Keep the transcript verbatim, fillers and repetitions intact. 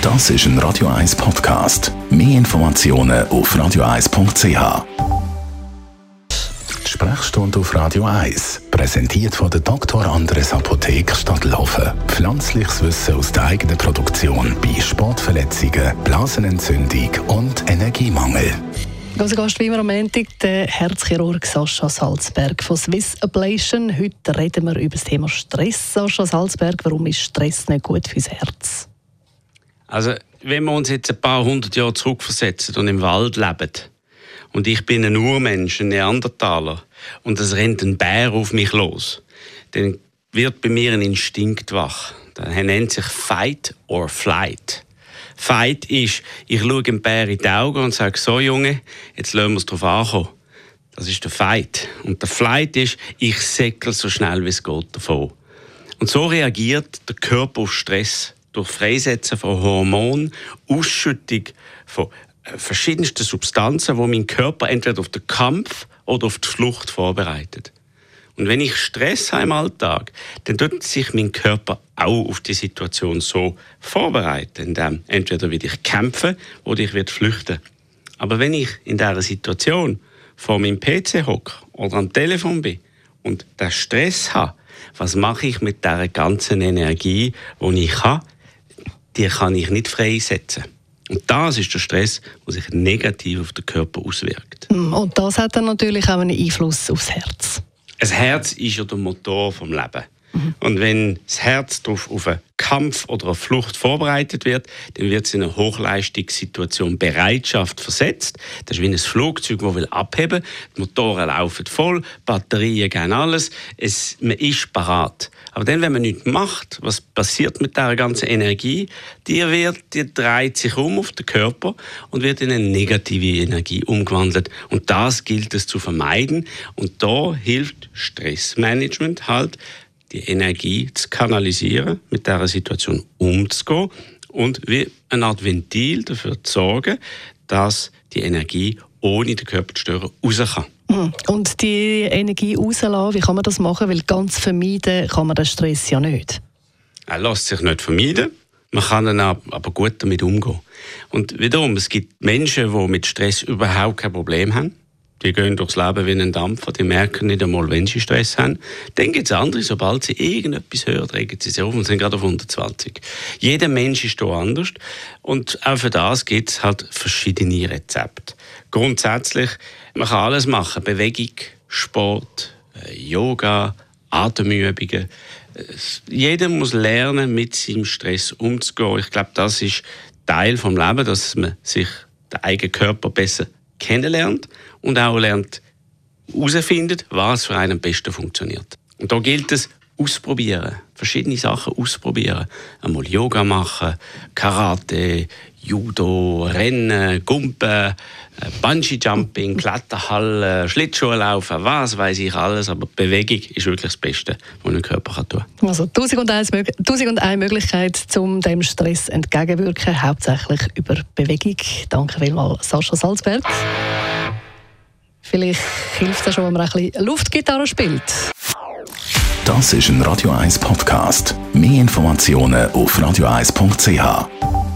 Das ist ein Radio eins Podcast. Mehr Informationen auf radio eins punkt c h. Die Sprechstunde auf Radio eins, präsentiert von der Doktor Andres Apotheke Stadtlaufen. Pflanzliches Wissen aus der eigenen Produktion bei Sportverletzungen, Blasenentzündung und Energiemangel. Unser Gast wie immer am Montag, der Herzchirurg Sascha Salzberg von Swiss Ablation. Heute reden wir über das Thema Stress. Sascha Salzberg, warum ist Stress nicht gut fürs Herz? Also, wenn wir uns jetzt ein paar hundert Jahre zurückversetzen und im Wald leben, und ich bin ein Urmensch, ein Neandertaler, und es rennt ein Bär auf mich los, dann wird bei mir ein Instinkt wach. Der nennt sich Fight or Flight. Fight ist, ich schaue dem Bär in die Augen und sage, so Junge, jetzt lassen wir es drauf ankommen. Das ist der Fight. Und der Flight ist, ich säckel so schnell wie es geht davon. Und so reagiert der Körper auf Stress. Durch Freisetzen von Hormonen, Ausschüttung von verschiedensten Substanzen, die meinen Körper entweder auf den Kampf oder auf die Flucht vorbereitet. Und wenn ich Stress habe im Alltag, dann tut sich mein Körper auch auf die Situation so vorbereiten, indem entweder will ich kämpfen oder ich werde flüchten. Aber wenn ich in dieser Situation vor meinem P C hocke oder am Telefon bin und den Stress habe, was mache ich mit dieser ganzen Energie, die ich habe? Die kann ich nicht freisetzen. Und das ist der Stress, der sich negativ auf den Körper auswirkt. Und das hat dann natürlich auch einen Einfluss aufs Herz. Das Herz ist ja der Motor des Lebens. Mhm. Und wenn das Herz darauf auf einen Kampf oder eine Flucht vorbereitet wird, dann wird es in eine Hochleistungssituation Bereitschaft versetzt. Das ist wie ein Flugzeug, das abheben will. Die Motoren laufen voll, Batterien geben alles. Es, man ist parat. Aber dann, wenn man nichts macht, was passiert mit dieser ganzen Energie? Die, wird, die dreht sich um auf den Körper und wird in eine negative Energie umgewandelt. Und das gilt es zu vermeiden. Und da hilft Stressmanagement halt, die Energie zu kanalisieren, mit dieser Situation umzugehen und wie eine Art Ventil dafür zu sorgen, dass die Energie ohne den Körper zu stören raus kann. Und die Energie rauslassen, wie kann man das machen? Weil ganz vermeiden kann man den Stress ja nicht. Er lässt sich nicht vermeiden, man kann dann aber gut damit umgehen. Und wiederum, es gibt Menschen, die mit Stress überhaupt kein Problem haben. Die gehen durchs Leben wie ein Dampfer, die merken nicht einmal, wenn sie Stress haben. Dann gibt es andere, sobald sie irgendetwas hören, regen sie sich auf und sind gerade auf hundertzwanzig. Jeder Mensch ist hier anders und auch für das gibt es halt verschiedene Rezepte. Grundsätzlich, man kann alles machen, Bewegung, Sport, Yoga, Atemübungen. Jeder muss lernen, mit seinem Stress umzugehen. Ich glaube, das ist Teil des Lebens, dass man sich den eigenen Körper besser kennenlernt und auch lernt, herausfindet, was für einen am besten funktioniert. Und da gilt es, ausprobieren, verschiedene Sachen ausprobieren. Einmal Yoga machen, Karate, Judo, Rennen, Gumpen, Bungee-Jumping, Kletterhalle, Schlittschuhlaufen, was weiß ich alles. Aber Bewegung ist wirklich das Beste, was ein Körper tun kann. Also tausend und eine Möglichkeit, um dem Stress entgegenwirken, hauptsächlich über Bewegung. Danke vielmals, Sascha Salzberg. Vielleicht hilft es schon, wenn man ein bisschen Luftgitarre spielt. Das ist ein Radio eins Podcast. Mehr Informationen auf radio eins punkt c h.